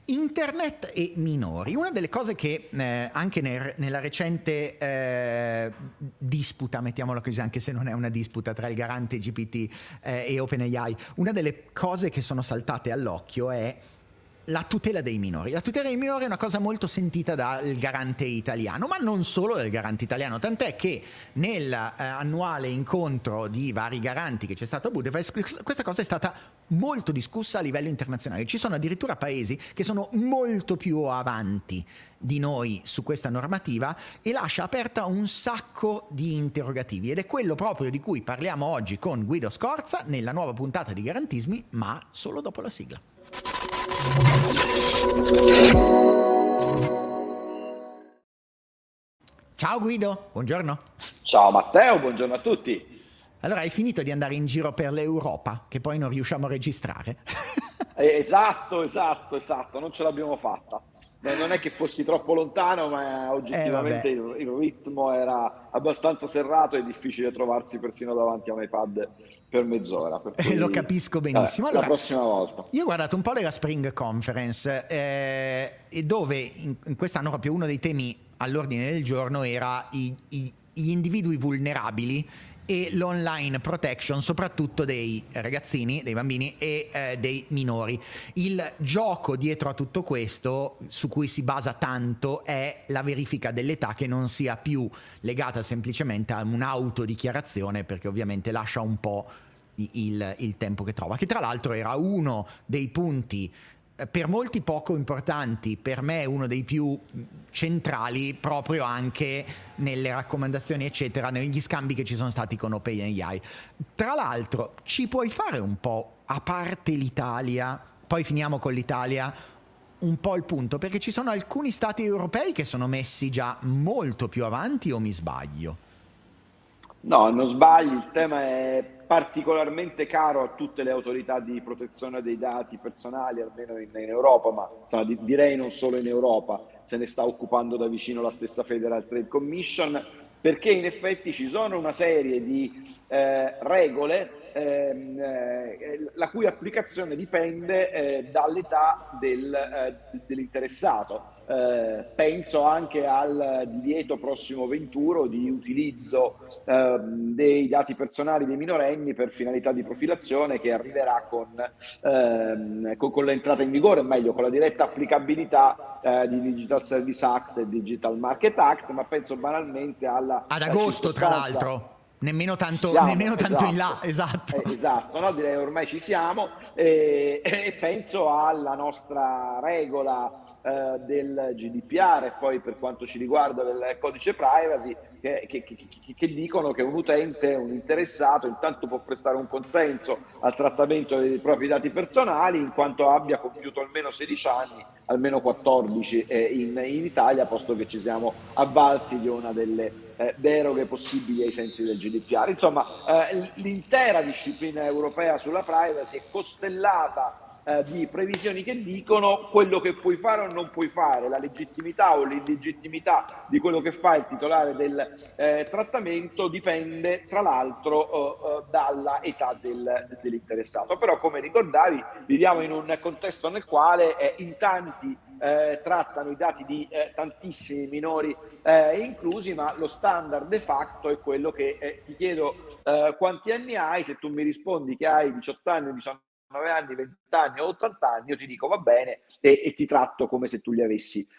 Internet e minori. Una delle cose che anche nella recente disputa, mettiamola così, anche se non è una disputa, tra il garante GPT e OpenAI, una delle cose che sono saltate all'occhio è la tutela dei minori. La tutela dei minori è una cosa molto sentita dal garante italiano, ma non solo del garante italiano, tant'è che nell'annuale incontro di vari garanti che c'è stato a Budapest, questa cosa è stata molto discussa a livello internazionale. Ci sono addirittura paesi che sono molto più avanti di noi su questa normativa e lascia aperta un sacco di interrogativi, ed è quello proprio di cui parliamo oggi con Guido Scorza nella nuova puntata di Garantismi, ma solo dopo la sigla. Ciao Guido, buongiorno. Ciao Matteo, buongiorno a tutti. Allora, hai finito di andare in giro per l'Europa, che poi non riusciamo a registrare? Esatto, non ce l'abbiamo fatta. Non è che fossi troppo lontano, ma oggettivamente il ritmo era abbastanza serrato e difficile trovarsi persino davanti a un iPad per mezz'ora. Per cui, lo capisco benissimo. Allora, la prossima volta. Io ho guardato un po' della Spring Conference e dove in quest'anno proprio uno dei temi all'ordine del giorno era gli individui vulnerabili e l'online protection, soprattutto dei ragazzini, dei bambini e dei minori. Il gioco dietro a tutto questo, su cui si basa tanto, è la verifica dell'età, che non sia più legata semplicemente a un'autodichiarazione, perché ovviamente lascia un po' il tempo che trova, che tra l'altro era uno dei punti per molti poco importanti, per me uno dei più centrali, proprio anche nelle raccomandazioni eccetera, negli scambi che ci sono stati con OpenAI. Tra l'altro, ci puoi fare un po', a parte l'Italia, poi finiamo con l'Italia, un po' il punto, perché ci sono alcuni stati europei che sono messi già molto più avanti, o mi sbaglio? No, non sbagli, il tema è particolarmente caro a tutte le autorità di protezione dei dati personali, almeno in Europa, ma insomma, direi non solo in Europa, se ne sta occupando da vicino la stessa Federal Trade Commission, perché in effetti ci sono una serie di regole la cui applicazione dipende dall'età dell'interessato. Penso anche al divieto prossimo venturo di utilizzo dei dati personali dei minorenni per finalità di profilazione, che arriverà con l'entrata in vigore, meglio con la diretta applicabilità di Digital Service Act e Digital Market Act, ma penso banalmente ad agosto, tra l'altro. Nemmeno tanto in là, esatto. Esatto, no? Direi ormai ci siamo, e penso alla nostra regola del GDPR e poi, per quanto ci riguarda, del codice privacy, che dicono che un utente, un interessato, intanto può prestare un consenso al trattamento dei propri dati personali in quanto abbia compiuto almeno 16 anni, almeno 14 in Italia, posto che ci siamo avvalsi di una delle deroghe possibili ai sensi del GDPR. Insomma, l'intera disciplina europea sulla privacy è costellata di previsioni che dicono quello che puoi fare o non puoi fare, la legittimità o l'illegittimità di quello che fa il titolare del trattamento dipende tra l'altro dalla età dell'interessato. Però, come ricordavi, viviamo in un contesto nel quale in tanti trattano i dati di tantissimi minori inclusi, ma lo standard de facto è quello che ti chiedo quanti anni hai. Se tu mi rispondi che hai 18 anni, 19 anni, 20 anni o 80 anni, io ti dico va bene e ti tratto come se tu li avessi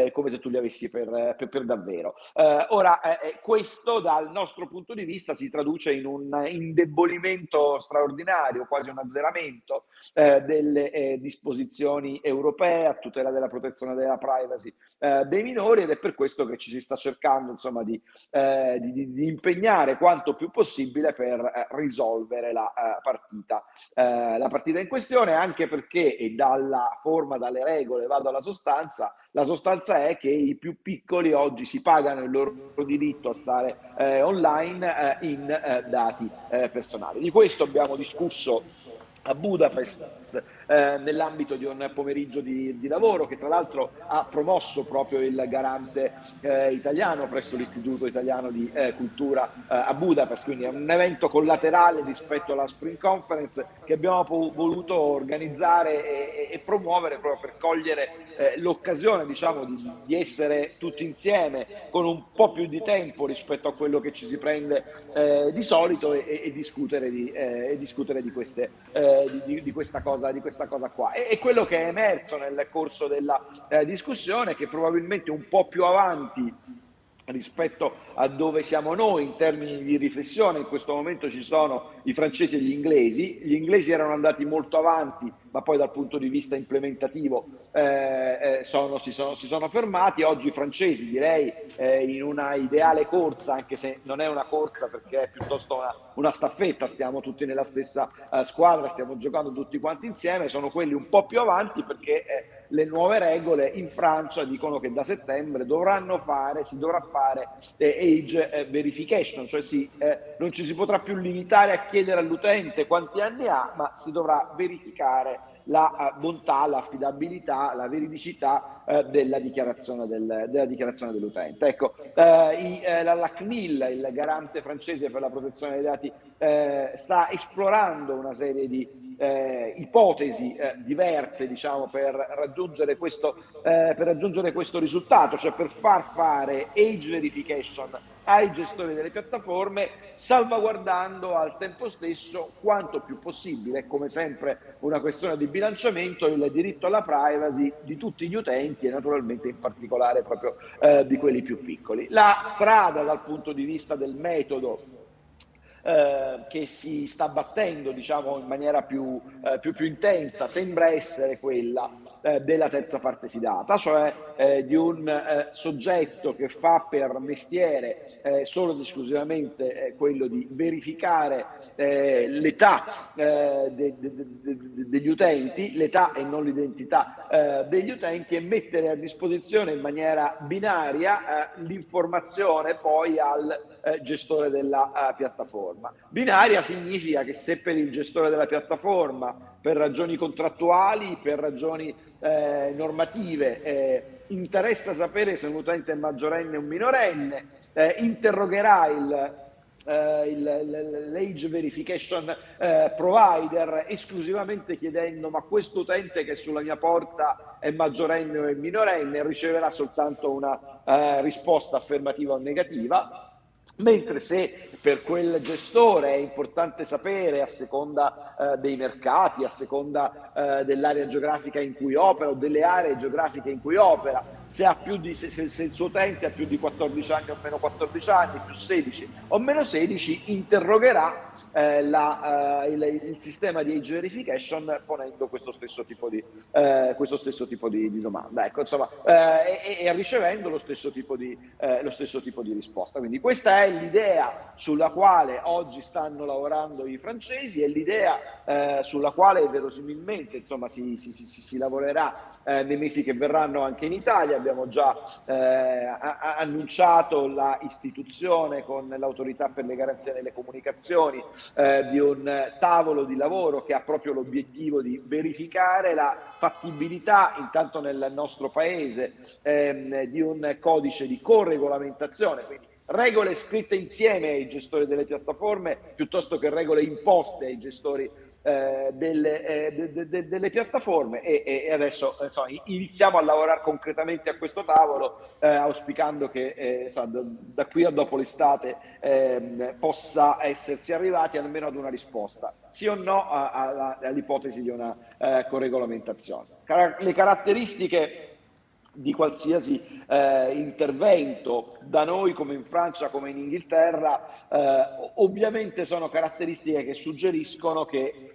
per davvero. Ora, questo dal nostro punto di vista si traduce in un indebolimento straordinario, quasi un azzeramento delle disposizioni europee a tutela della protezione della privacy dei minori, ed è per questo che ci si sta cercando, insomma, di impegnare quanto più possibile per risolvere la partita in questione, anche perché, e dalla forma, dalle regole vado alla sostanza, la sostanza è che i più piccoli oggi si pagano il loro diritto a stare online in dati personali. Di questo abbiamo discusso a Budapest nell'ambito di un pomeriggio di lavoro che tra l'altro ha promosso proprio il garante italiano presso l'Istituto Italiano di Cultura a Budapest, quindi è un evento collaterale rispetto alla Spring Conference che abbiamo voluto organizzare e promuovere proprio per cogliere l'occasione, diciamo, di essere tutti insieme con un po' più di tempo rispetto a quello che ci si prende di solito e discutere di questa cosa qua. E quello che è emerso nel corso della discussione è che probabilmente un po' più avanti rispetto a dove siamo noi in termini di riflessione, in questo momento ci sono i francesi e gli inglesi. Gli inglesi erano andati molto avanti, ma poi dal punto di vista implementativo si sono fermati. Oggi i francesi, direi, in una ideale corsa, anche se non è una corsa perché è piuttosto una staffetta, stiamo tutti nella stessa squadra, stiamo giocando tutti quanti insieme, sono quelli un po' più avanti perché le nuove regole in Francia dicono che da settembre si dovrà fare age verification, cioè non ci si potrà più limitare a chiedere all'utente quanti anni ha, ma si dovrà verificare la bontà, l'affidabilità, la veridicità della dichiarazione dell'utente. Ecco, la CNIL, il garante francese per la protezione dei dati, sta esplorando una serie di ipotesi diverse, diciamo, per raggiungere questo risultato, cioè per far fare age verification ai gestori delle piattaforme, salvaguardando al tempo stesso quanto più possibile, come sempre una questione di bilanciamento, il diritto alla privacy di tutti gli utenti e naturalmente in particolare proprio di quelli più piccoli. La strada dal punto di vista del metodo che si sta battendo, diciamo, in maniera più intensa sembra essere quella della terza parte fidata, cioè di un soggetto che fa per mestiere solo ed esclusivamente quello di verificare l'età degli utenti, l'età e non l'identità degli utenti, e mettere a disposizione in maniera binaria l'informazione poi al gestore della piattaforma. Binaria significa che se per il gestore della piattaforma, per ragioni contrattuali, per ragioni normative, interessa sapere se un utente è maggiorenne o minorenne, interrogherà l'age verification provider esclusivamente chiedendo: ma questo utente che è sulla mia porta è maggiorenne o è minorenne? Riceverà soltanto una risposta affermativa o negativa. Mentre se per quel gestore è importante sapere, a seconda dei mercati, a seconda dell'area geografica in cui opera o delle aree geografiche in cui opera, se il suo utente ha più di 14 anni o meno 14 anni, più 16 o meno 16, interrogherà il sistema di age verification ponendo questo stesso tipo di domanda, ecco, insomma, e ricevendo lo stesso tipo di risposta. Quindi questa è l'idea sulla quale oggi stanno lavorando i francesi, è l'idea sulla quale verosimilmente, insomma, si lavorerà nei mesi che verranno anche in Italia. Abbiamo già annunciato la istituzione con l'Autorità per le garanzie nelle comunicazioni di un tavolo di lavoro che ha proprio l'obiettivo di verificare la fattibilità, intanto nel nostro paese, di un codice di corregolamentazione, quindi regole scritte insieme ai gestori delle piattaforme piuttosto che regole imposte ai gestori delle piattaforme, e adesso, insomma, iniziamo a lavorare concretamente a questo tavolo, auspicando che da qui a dopo l'estate possa essersi arrivati almeno ad una risposta, sì o no, all'ipotesi di una corregolamentazione. Le caratteristiche di qualsiasi intervento, da noi come in Francia come in Inghilterra, ovviamente sono caratteristiche che suggeriscono che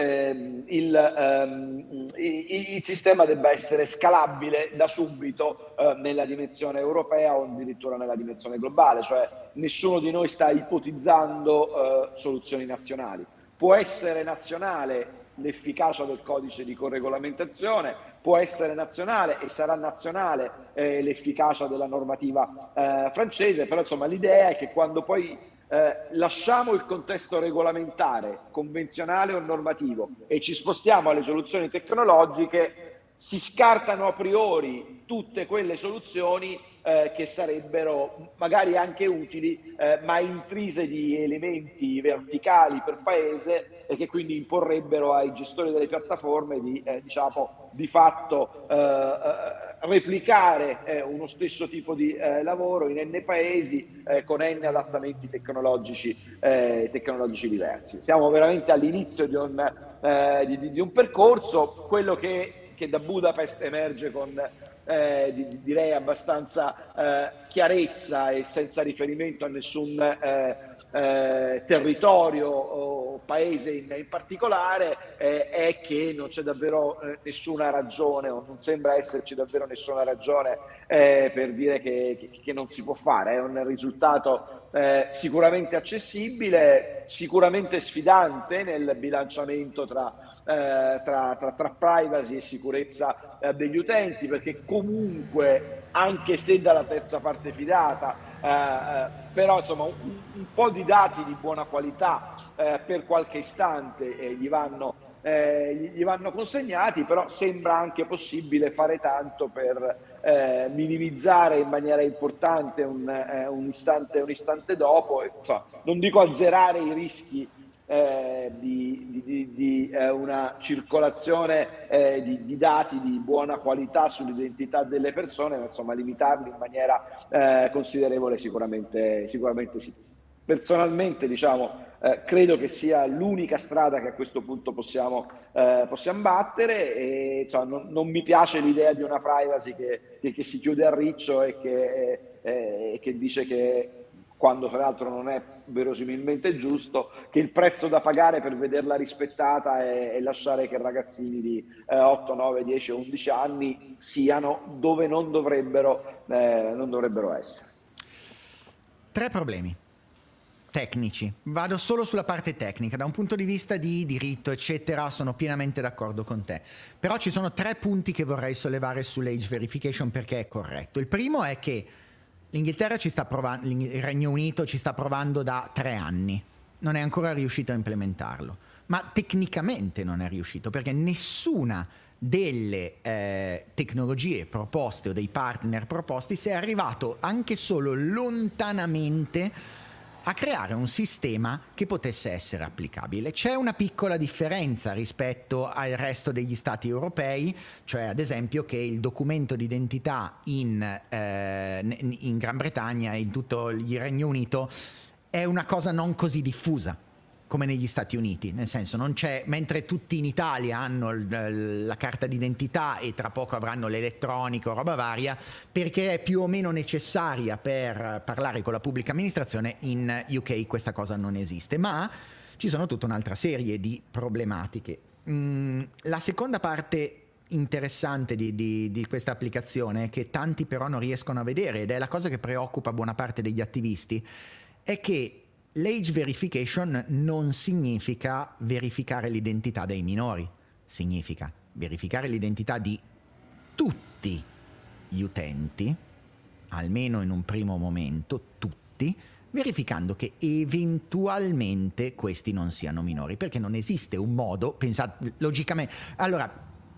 il sistema debba essere scalabile da subito nella dimensione europea o addirittura nella dimensione globale, cioè nessuno di noi sta ipotizzando soluzioni nazionali. Può essere nazionale l'efficacia del codice di corregolamentazione, può essere nazionale e sarà nazionale l'efficacia della normativa francese, però insomma l'idea è che quando poi lasciamo il contesto regolamentare, convenzionale o normativo e ci spostiamo alle soluzioni tecnologiche, si scartano a priori tutte quelle soluzioni che sarebbero magari anche utili, ma intrise di elementi verticali per paese e che quindi imporrebbero ai gestori delle piattaforme di, diciamo, di fatto replicare uno stesso tipo di lavoro in n paesi con n adattamenti tecnologici diversi. Siamo veramente all'inizio di un percorso. Quello che da Budapest emerge con direi abbastanza chiarezza e senza riferimento a nessun territorio o paese in particolare, è che non c'è davvero nessuna ragione, o non sembra esserci davvero nessuna ragione per dire che non si può fare. È un risultato sicuramente accessibile, sicuramente sfidante nel bilanciamento tra privacy e sicurezza degli utenti, perché comunque, anche se dalla terza parte fidata, però insomma un po' di dati di buona qualità per qualche istante gli vanno consegnati, però sembra anche possibile fare tanto per minimizzare in maniera importante un istante dopo, e, insomma, non dico azzerare i rischi di una circolazione di dati di buona qualità sull'identità delle persone, ma insomma limitarli in maniera considerevole sicuramente sì. Personalmente, diciamo, credo che sia l'unica strada che a questo punto possiamo battere, e insomma, non mi piace l'idea di una privacy che si chiude a riccio e che dice che, quando tra l'altro non è verosimilmente giusto, che il prezzo da pagare per vederla rispettata è lasciare che ragazzini di 8, 9, 10 o 11 anni siano dove non dovrebbero essere. 3 problemi tecnici. Vado solo sulla parte tecnica. Da un punto di vista di diritto, eccetera, sono pienamente d'accordo con te. Però ci sono 3 punti che vorrei sollevare sull'age verification, perché è corretto. Il primo è che l'Inghilterra ci sta provando, il Regno Unito ci sta provando da 3 anni. Non è ancora riuscito a implementarlo. Ma tecnicamente non è riuscito, perché nessuna delle tecnologie proposte o dei partner proposti si è arrivato anche solo lontanamente a creare un sistema che potesse essere applicabile. C'è una piccola differenza rispetto al resto degli stati europei, cioè ad esempio che il documento d'identità in Gran Bretagna e in tutto il Regno Unito è una cosa non così diffusa come negli Stati Uniti, nel senso, non c'è, mentre tutti in Italia hanno la carta d'identità e tra poco avranno l'elettronico, roba varia, perché è più o meno necessaria per parlare con la pubblica amministrazione, in UK questa cosa non esiste, ma ci sono tutta un'altra serie di problematiche. La seconda parte interessante di questa applicazione, che tanti però non riescono a vedere, ed è la cosa che preoccupa buona parte degli attivisti, è che l'age verification non significa verificare l'identità dei minori, significa verificare l'identità di tutti gli utenti, almeno in un primo momento tutti, verificando che eventualmente questi non siano minori, perché non esiste un modo, pensate logicamente, allora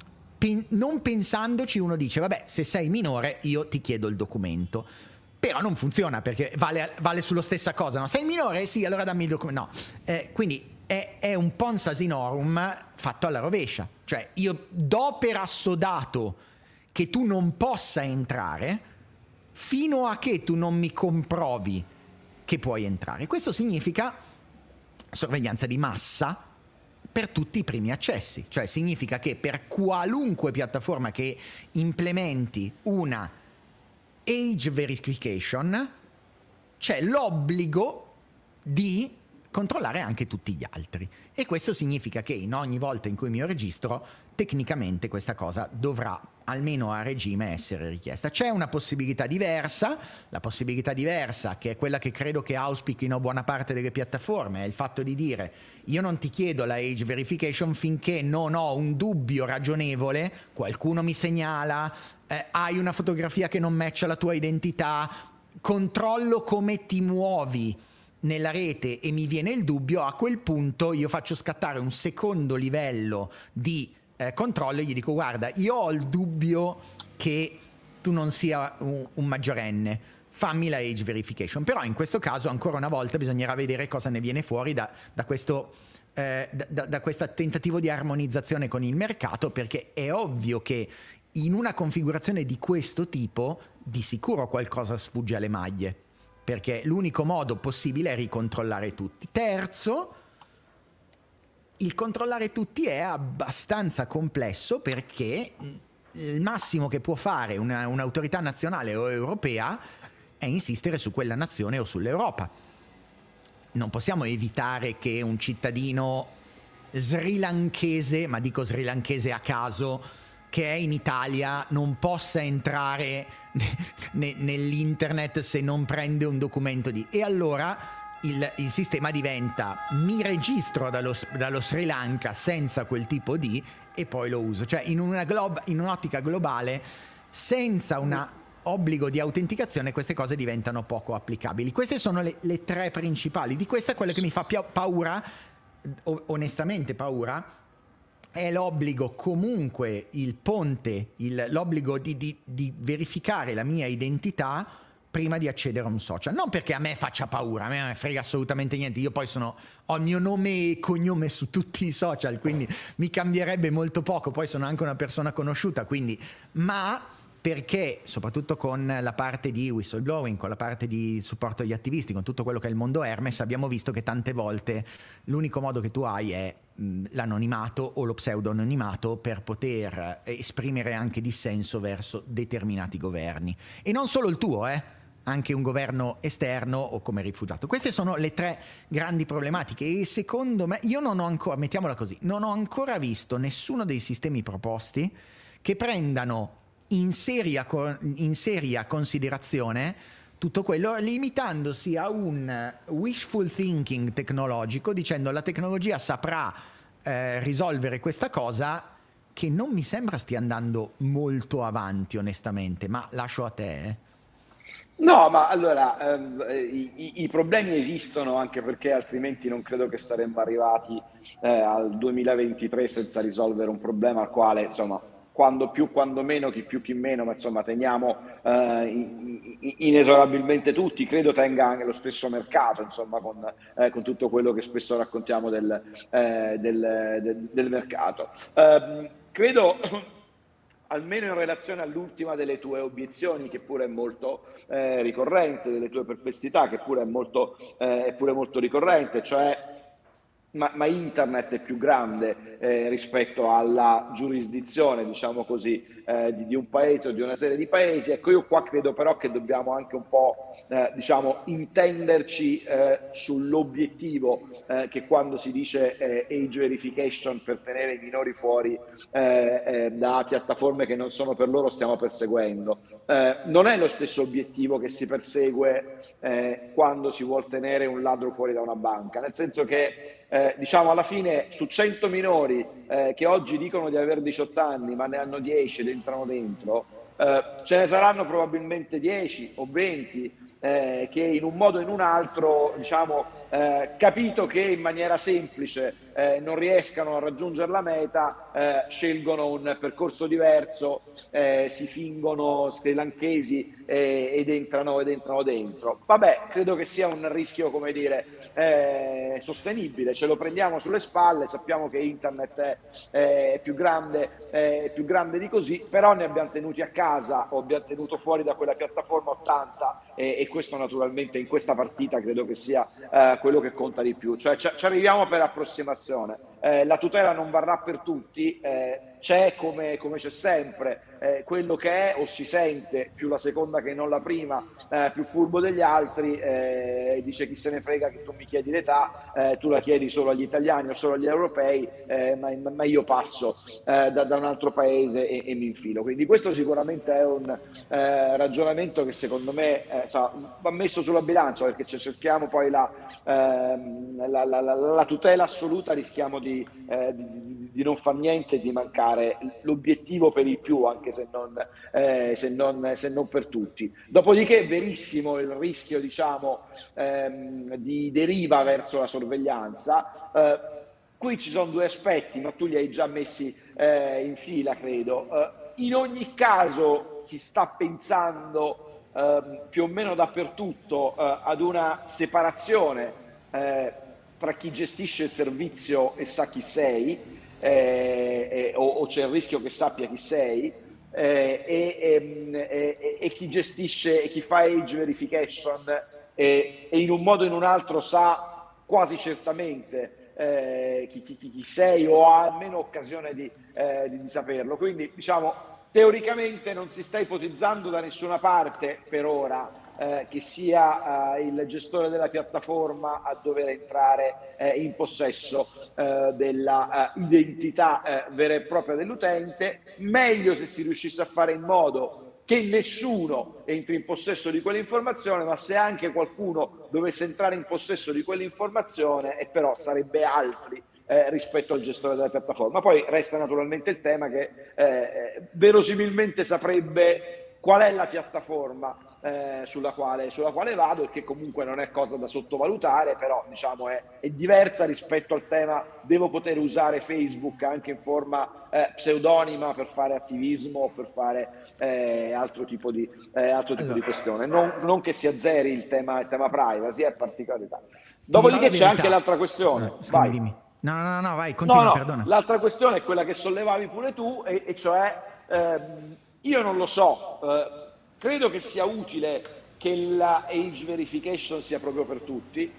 non pensandoci uno dice vabbè, se sei minore io ti chiedo il documento. Però non funziona, perché vale sulla stessa cosa, no? Sei minore? Sì, allora dammi il documento. No. Quindi è un pons asinorum fatto alla rovescia. Cioè io do per assodato che tu non possa entrare fino a che tu non mi comprovi che puoi entrare. Questo significa sorveglianza di massa per tutti i primi accessi. Cioè significa che per qualunque piattaforma che implementi una age verification c'è l'obbligo di controllare anche tutti gli altri, e questo significa che in ogni volta in cui mi registro tecnicamente questa cosa dovrà almeno a regime essere richiesta. C'è una possibilità diversa, la possibilità diversa, che è quella che credo che auspichino buona parte delle piattaforme, è il fatto di dire io non ti chiedo la age verification finché non ho un dubbio ragionevole, qualcuno mi segnala, hai una fotografia che non matcha la tua identità, controllo come ti muovi nella rete e mi viene il dubbio, a quel punto io faccio scattare un secondo livello di controllo e gli dico: guarda, io ho il dubbio che tu non sia un maggiorenne, fammi la age verification. Però in questo caso ancora una volta bisognerà vedere cosa ne viene fuori da questo tentativo di armonizzazione con il mercato, perché è ovvio che in una configurazione di questo tipo di sicuro qualcosa sfugge alle maglie, perché l'unico modo possibile è ricontrollare tutti. Terzo, il controllare tutti è abbastanza complesso, perché il massimo che può fare un'autorità nazionale o europea è insistere su quella nazione o sull'Europa. Non possiamo evitare che un cittadino srilanchese, ma dico srilanchese a caso, che è in Italia, non possa entrare nell'internet se non prende un documento di... E allora il sistema diventa: mi registro dallo Sri Lanka senza quel tipo di... e poi lo uso. Cioè in un'ottica globale, senza un obbligo di autenticazione, queste cose diventano poco applicabili. Queste sono le tre principali. Di questa, quello che mi fa più paura, onestamente paura, è l'obbligo, comunque il ponte, l'obbligo di verificare la mia identità prima di accedere a un social. Non perché a me faccia paura, a me non me frega assolutamente niente, io poi ho il mio nome e cognome su tutti i social, quindi mi cambierebbe molto poco, poi sono anche una persona conosciuta, quindi... ma perché soprattutto con la parte di whistleblowing, con la parte di supporto agli attivisti, con tutto quello che è il mondo Hermes, abbiamo visto che tante volte l'unico modo che tu hai è l'anonimato o lo pseudo-anonimato per poter esprimere anche dissenso verso determinati governi. E non solo il tuo, anche un governo esterno o come rifugiato. Queste sono le tre grandi problematiche, e secondo me, io non ho ancora, mettiamola così, non ho ancora visto nessuno dei sistemi proposti che prendano in seria considerazione tutto quello, limitandosi a un wishful thinking tecnologico, dicendo la tecnologia saprà risolvere questa cosa, che non mi sembra stia andando molto avanti onestamente, ma lascio a te. No, ma allora i problemi esistono, anche perché altrimenti non credo che saremmo arrivati al 2023 senza risolvere un problema al quale, insomma, quando più, quando meno, chi più, chi meno, ma insomma teniamo inesorabilmente tutti. Credo tenga anche lo stesso mercato, insomma, con tutto quello che spesso raccontiamo del mercato. Credo, almeno in relazione all'ultima delle tue obiezioni, che pure è molto ricorrente, delle tue perplessità, che pure è molto ricorrente, cioè ma internet è più grande rispetto alla giurisdizione, diciamo così, di un paese o di una serie di paesi. Ecco, io qua credo però che dobbiamo anche un po' diciamo, intenderci sull'obiettivo che, quando si dice age verification per tenere i minori fuori da piattaforme che non sono per loro, stiamo perseguendo. Non è lo stesso obiettivo che si persegue quando si vuol tenere un ladro fuori da una banca, nel senso che diciamo, alla fine, su 100 minori che oggi dicono di avere 18 anni ma ne hanno 10 ed entrano dentro, ce ne saranno probabilmente 10 o 20 che in un modo o in un altro, diciamo, capito che in maniera semplice non riescano a raggiungere la meta, scelgono un percorso diverso, si fingono srilanchesi ed entrano dentro. Vabbè, credo che sia un rischio, come dire, sostenibile, ce lo prendiamo sulle spalle, sappiamo che internet è più grande di così, però ne abbiamo tenuti a casa o abbiamo tenuto fuori da quella piattaforma 80 e questo naturalmente in questa partita credo che sia quello che conta di più, cioè ci arriviamo per approssimazione. La tutela non varrà per tutti, c'è come c'è sempre quello che è o si sente più la seconda che non la prima, più furbo degli altri, dice: chi se ne frega che tu mi chiedi l'età, tu la chiedi solo agli italiani o solo agli europei, ma io passo da un altro paese e mi infilo. Quindi questo sicuramente è un ragionamento che secondo me va messo sulla bilancia, perché se cerchiamo poi la tutela assoluta rischiamo di di non far niente, di mancare l'obiettivo per i più, anche se non per tutti. Dopodiché è verissimo il rischio, diciamo, di deriva verso la sorveglianza. Qui ci sono due aspetti, ma tu li hai già messi in fila, credo. In ogni caso si sta pensando più o meno dappertutto ad una separazione tra chi gestisce il servizio e sa chi sei, o c'è il rischio che sappia chi sei, e chi gestisce e chi fa age verification e in un modo o in un altro sa quasi certamente chi sei, o ha almeno occasione di saperlo. Quindi, diciamo, teoricamente non si sta ipotizzando da nessuna parte per ora che sia il gestore della piattaforma a dover entrare in possesso della identità vera e propria dell'utente. Meglio se si riuscisse a fare in modo che nessuno entri in possesso di quell'informazione, ma se anche qualcuno dovesse entrare in possesso di quell'informazione, e però sarebbe altri rispetto al gestore della piattaforma. Poi resta naturalmente il tema che verosimilmente saprebbe qual è la piattaforma sulla quale vado, e che comunque non è cosa da sottovalutare, però diciamo è diversa rispetto al tema devo poter usare Facebook anche in forma pseudonima per fare attivismo o per fare altro tipo di questione. Non che si azzeri il tema privacy, è particolarità. Dopodiché c'è anche l'altra questione. Vai. Dimmi. No, vai, continua, perdona. L'altra questione è quella che sollevavi pure tu, e cioè io non lo so, credo che sia utile che la age verification sia proprio per tutti,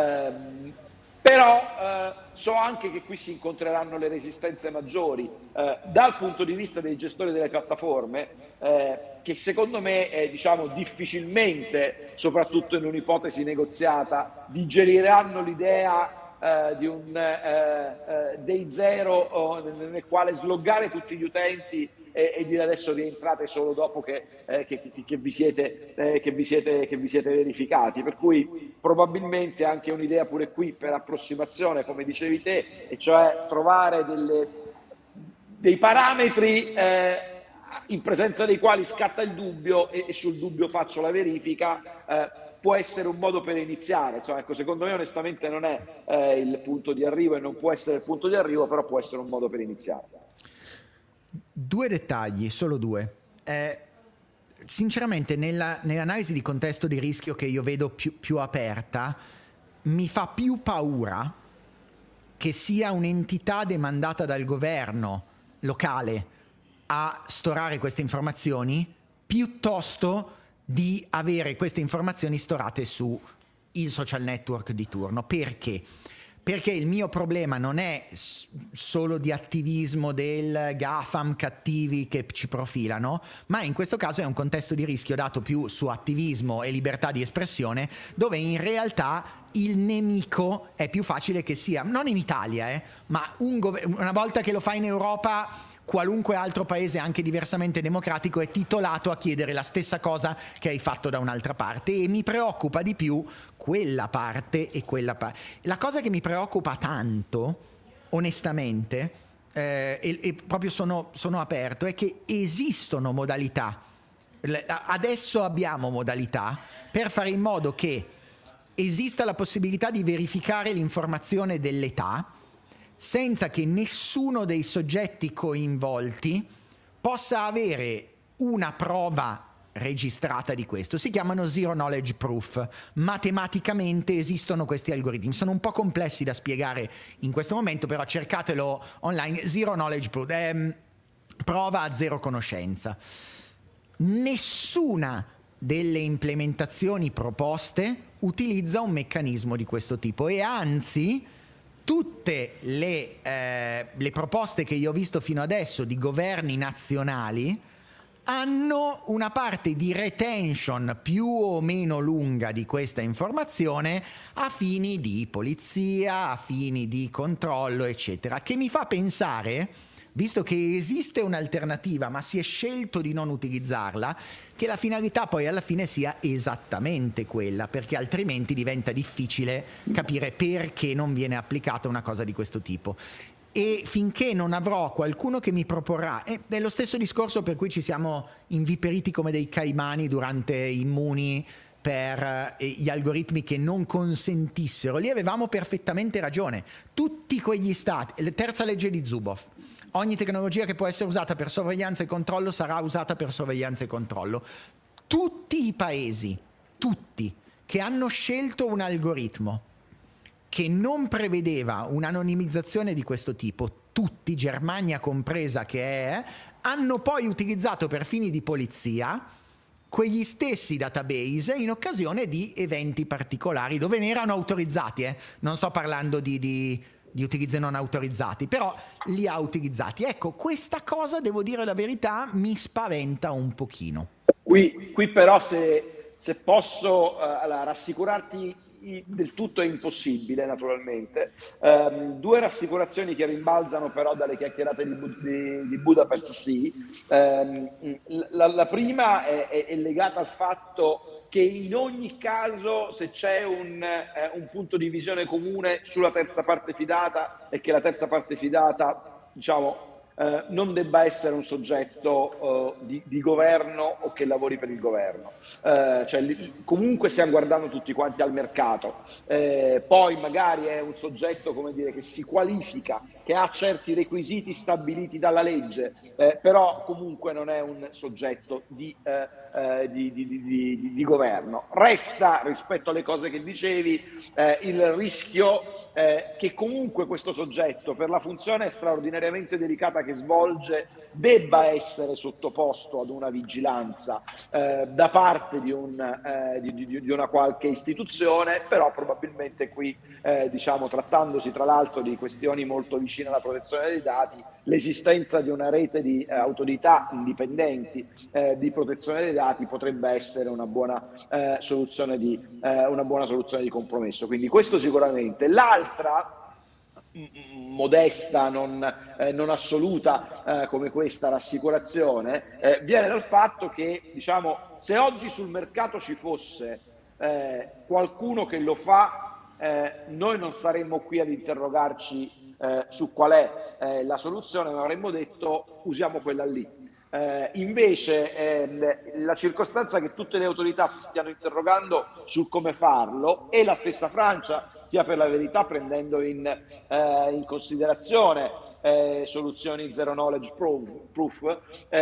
però so anche che qui si incontreranno le resistenze maggiori dal punto di vista dei gestori delle piattaforme, che secondo me diciamo difficilmente, soprattutto in un'ipotesi negoziata, digeriranno l'idea di un day zero nel quale sloggare tutti gli utenti e dire adesso rientrate solo dopo che vi siete verificati. Per cui probabilmente anche un'idea pure qui per approssimazione, come dicevi te, e cioè trovare dei parametri in presenza dei quali scatta il dubbio e sul dubbio faccio la verifica, può essere un modo per iniziare. Insomma, ecco, secondo me onestamente non è il punto di arrivo e non può essere il punto di arrivo, però può essere un modo per iniziare. Due dettagli, solo due. Sinceramente nell'analisi di contesto di rischio che io vedo più aperta, mi fa più paura che sia un'entità demandata dal governo locale a storare queste informazioni, piuttosto di avere queste informazioni storate su il social network di turno. Perché? Perché il mio problema non è solo di attivismo del GAFAM cattivi che ci profilano, ma in questo caso è un contesto di rischio dato più su attivismo e libertà di espressione, dove in realtà il nemico è più facile che sia, non in Italia, ma una volta che lo fa in Europa, qualunque altro paese anche diversamente democratico è titolato a chiedere la stessa cosa che hai fatto da un'altra parte, e mi preoccupa di più quella parte e quella parte. La cosa che mi preoccupa tanto, onestamente, e proprio sono aperto, è che esistono modalità, adesso abbiamo modalità per fare in modo che esista la possibilità di verificare l'informazione dell'età senza che nessuno dei soggetti coinvolti possa avere una prova registrata di questo. Si chiamano zero knowledge proof. Matematicamente esistono questi algoritmi, sono un po' complessi da spiegare in questo momento, però cercatelo online. Zero knowledge proof, prova a zero conoscenza. Nessuna delle implementazioni proposte utilizza un meccanismo di questo tipo, e anzi tutte le proposte che io ho visto fino adesso di governi nazionali hanno una parte di retention più o meno lunga di questa informazione a fini di polizia, a fini di controllo, eccetera, che mi fa pensare, visto che esiste un'alternativa ma si è scelto di non utilizzarla, che la finalità poi alla fine sia esattamente quella, perché altrimenti diventa difficile capire perché non viene applicata una cosa di questo tipo. e finché non avrò qualcuno che mi proporrà, è lo stesso discorso per cui ci siamo inviperiti come dei caimani durante Immuni per gli algoritmi che non consentissero, lì avevamo perfettamente ragione. Tutti quegli stati, la terza legge di Zuboff, ogni tecnologia che può essere usata per sorveglianza e controllo sarà usata per sorveglianza e controllo. Tutti i paesi, tutti, che hanno scelto un algoritmo che non prevedeva un'anonimizzazione di questo tipo, tutti, Germania compresa che è, hanno poi utilizzato per fini di polizia quegli stessi database in occasione di eventi particolari dove ne erano autorizzati, non sto parlando di utilizzi non autorizzati, però li ha utilizzati. Ecco, questa cosa, devo dire la verità, mi spaventa un pochino. Qui però se posso rassicurarti, del tutto è impossibile naturalmente. Due rassicurazioni che rimbalzano però dalle chiacchierate di Budapest Sea. La prima è legata al fatto che in ogni caso, se c'è un punto di visione comune sulla terza parte fidata, è che la terza parte fidata, diciamo, non debba essere un soggetto di governo o che lavori per il governo. Comunque stiamo guardando tutti quanti al mercato, poi magari è un soggetto, come dire, che si qualifica, che ha certi requisiti stabiliti dalla legge, però comunque non è un soggetto di governo. Resta, rispetto alle cose che dicevi, il rischio che comunque questo soggetto, per la funzione straordinariamente delicata che svolge, debba essere sottoposto ad una vigilanza da parte di una qualche istituzione, però probabilmente qui, diciamo, trattandosi tra l'altro di questioni molto vicine alla protezione dei dati, l'esistenza di una rete di autorità indipendenti di protezione dei dati potrebbe essere una buona soluzione di compromesso. Quindi questo sicuramente. L'altra, modesta, non assoluta, come questa rassicurazione, viene dal fatto che, diciamo, se oggi sul mercato ci fosse qualcuno che lo fa, noi non saremmo qui ad interrogarci su qual è la soluzione, ma avremmo detto usiamo quella lì. Invece la circostanza che tutte le autorità si stiano interrogando su come farlo, e la stessa Francia stia per la verità prendendo in considerazione soluzioni zero knowledge proof,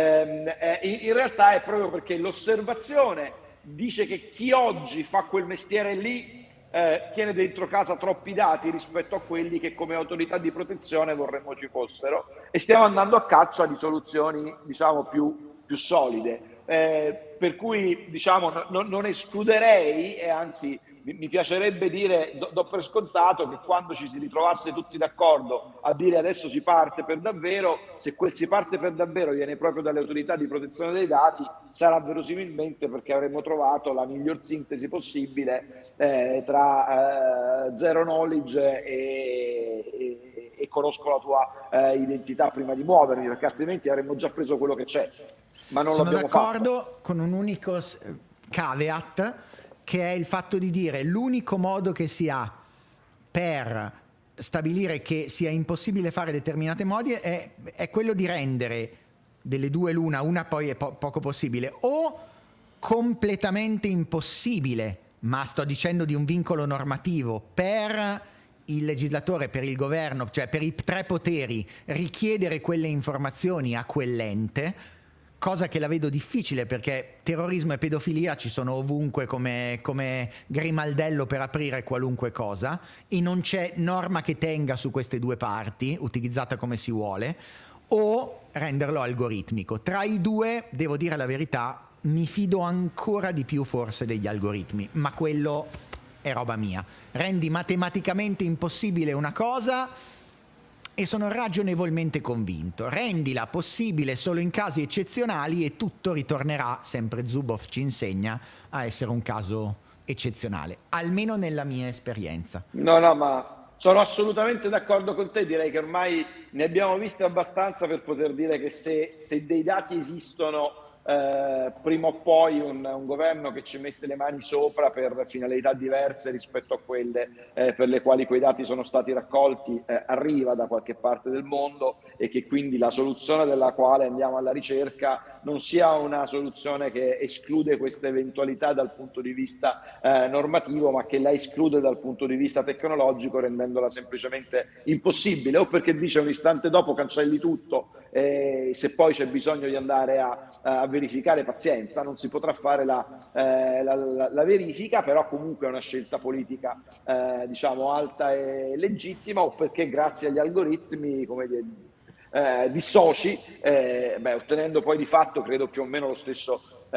in realtà è proprio perché l'osservazione dice che chi oggi fa quel mestiere lì tiene dentro casa troppi dati rispetto a quelli che come autorità di protezione vorremmo ci fossero, e stiamo andando a caccia di soluzioni, diciamo, più solide, per cui, diciamo, non escluderei, e anzi mi piacerebbe dire, do per scontato, che quando ci si ritrovasse tutti d'accordo a dire adesso si parte per davvero, se quel si parte per davvero viene proprio dalle autorità di protezione dei dati, sarà verosimilmente perché avremo trovato la miglior sintesi possibile tra zero knowledge e conosco la tua identità prima di muovermi, perché altrimenti avremmo già preso quello che c'è, ma non l'abbiamo fatto. Sono d'accordo con un unico caveat, che è il fatto di dire l'unico modo che si ha per stabilire che sia impossibile fare determinate modi è quello di rendere delle due l'una, poi è poco possibile, o completamente impossibile, ma sto dicendo di un vincolo normativo per il legislatore, per il governo, cioè per i tre poteri, richiedere quelle informazioni a quell'ente, cosa che la vedo difficile perché terrorismo e pedofilia ci sono ovunque come grimaldello per aprire qualunque cosa, e non c'è norma che tenga su queste due parti, utilizzata come si vuole, o renderlo algoritmico. Tra i due, devo dire la verità, mi fido ancora di più forse degli algoritmi, ma quello è roba mia. Rendi matematicamente impossibile una cosa e sono ragionevolmente convinto. Rendila possibile solo in casi eccezionali e tutto ritornerà, sempre Zuboff ci insegna, a essere un caso eccezionale, almeno nella mia esperienza. No, ma sono assolutamente d'accordo con te, direi che ormai ne abbiamo viste abbastanza per poter dire che se dei dati esistono prima o poi un governo che ci mette le mani sopra per finalità diverse rispetto a quelle per le quali quei dati sono stati raccolti arriva da qualche parte del mondo, e che quindi la soluzione della quale andiamo alla ricerca non sia una soluzione che esclude questa eventualità dal punto di vista normativo, ma che la esclude dal punto di vista tecnologico, rendendola semplicemente impossibile, o perché dice un istante dopo cancelli tutto, se poi c'è bisogno di andare a verificare, pazienza, non si potrà fare la verifica, però comunque è una scelta politica diciamo alta e legittima, o perché grazie agli algoritmi, come dire, dissoci, ottenendo poi di fatto credo più o meno lo stesso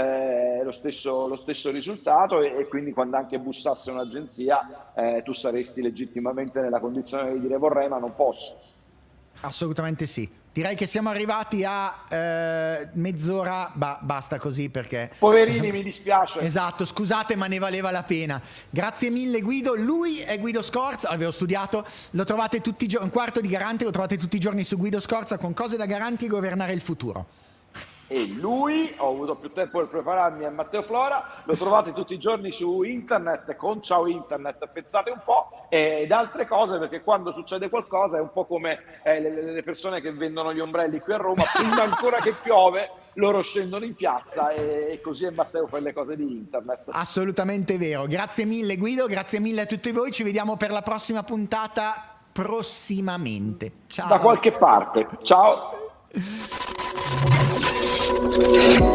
risultato, e quindi quando anche bussasse un'agenzia tu saresti legittimamente nella condizione di dire vorrei ma non posso. Assolutamente sì. Direi che siamo arrivati a mezz'ora, basta così perché... Poverini, mi dispiace. Esatto, scusate ma ne valeva la pena. Grazie mille Guido, lui è Guido Scorza, avevo studiato, lo trovate tutti i giorni, un quarto di Garanti lo trovate tutti i giorni su Guido Scorza con cose da Garanti e governare il futuro. E lui, ho avuto più tempo per prepararmi, a Matteo Flora, lo trovate tutti i giorni su internet con Ciao Internet, pensate un po', ed altre cose, perché quando succede qualcosa è un po' come le persone che vendono gli ombrelli qui a Roma, prima ancora che piove loro scendono in piazza, e così è Matteo per le cose di internet. Assolutamente vero, grazie mille Guido, grazie mille a tutti voi, ci vediamo per la prossima puntata prossimamente. Ciao. Da qualche parte, ciao.